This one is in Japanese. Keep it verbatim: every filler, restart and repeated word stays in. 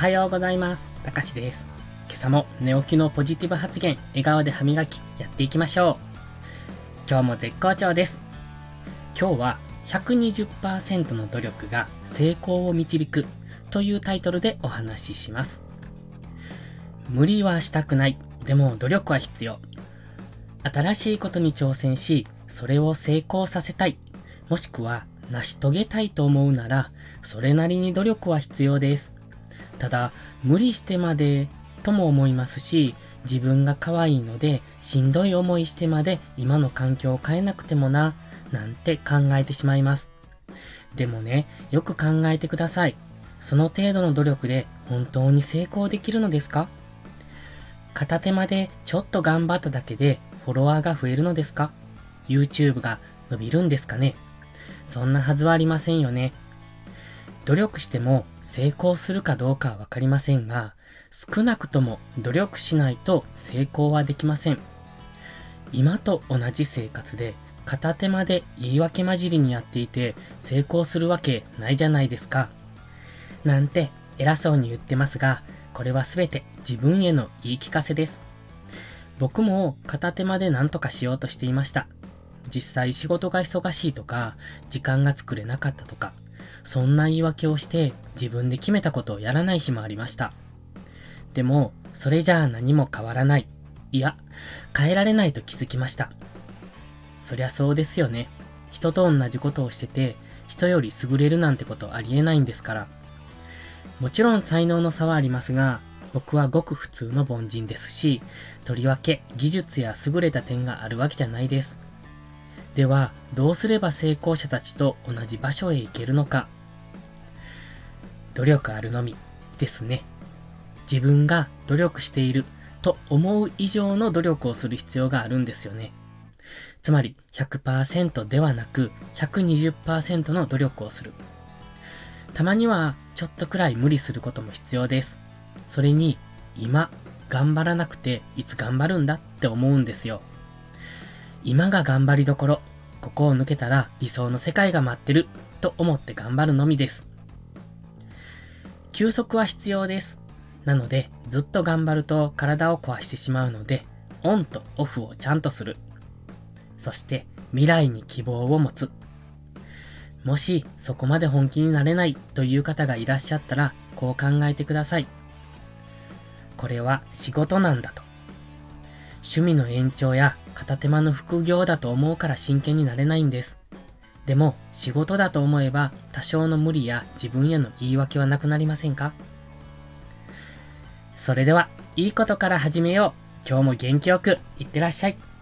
はようございます。たかしです。今朝も寝起きのポジティブ発言、笑顔で歯磨きやっていきましょう。今日も絶好調です。今日は ひゃくにじゅっパーセント の努力が成功を導くというタイトルでお話しします。無理はしたくない。でも努力は必要。新しいことに挑戦し、それを成功させたい。もしくは成し遂げたいと思うなら、それなりに努力は必要です。ただ、無理してまでとも思いますし、自分が可愛いのでしんどい思いしてまで今の環境を変えなくてもな、なんて考えてしまいます。でもね、よく考えてください。その程度の努力で本当に成功できるのですか？片手間でちょっと頑張っただけでフォロワーが増えるのですか？ YouTube が伸びるんですかね？そんなはずはありませんよね。努力しても成功するかどうかはわかりませんが、少なくとも努力しないと成功はできません。今と同じ生活で片手間で言い訳混じりにやっていて成功するわけないじゃないですか。なんて偉そうに言ってますが、これはすべて自分への言い聞かせです。僕も片手間で何とかしようとしていました。実際仕事が忙しいとか、時間が作れなかったとか、そんな言い訳をして自分で決めたことをやらない日もありました。でも、それじゃあ何も変わらない。いや、変えられないと気づきました。そりゃそうですよね。人と同じことをしてて、人より優れるなんてことありえないんですから。もちろん才能の差はありますが、僕はごく普通の凡人ですし、とりわけ技術や優れた点があるわけじゃないです。では、どうすれば成功者たちと同じ場所へ行けるのか。努力あるのみですね。自分が努力していると思う以上の努力をする必要があるんですよね。つまり ひゃくパーセント ではなく ひゃくにじゅっパーセント の努力をする。たまにはちょっとくらい無理することも必要です。それに今頑張らなくていつ頑張るんだって思うんですよ。今が頑張りどころ、ここを抜けたら理想の世界が待ってると思って頑張るのみです。休息は必要です。なのでずっと頑張ると体を壊してしまうので、オンとオフをちゃんとする。そして未来に希望を持つ。もしそこまで本気になれないという方がいらっしゃったら、こう考えてください。これは仕事なんだと。趣味の延長や片手間の副業だと思うから真剣になれないんです。でも仕事だと思えば多少の無理や自分への言い訳はなくなりませんか？それでは、いいことから始めよう。今日も元気よくいってらっしゃい。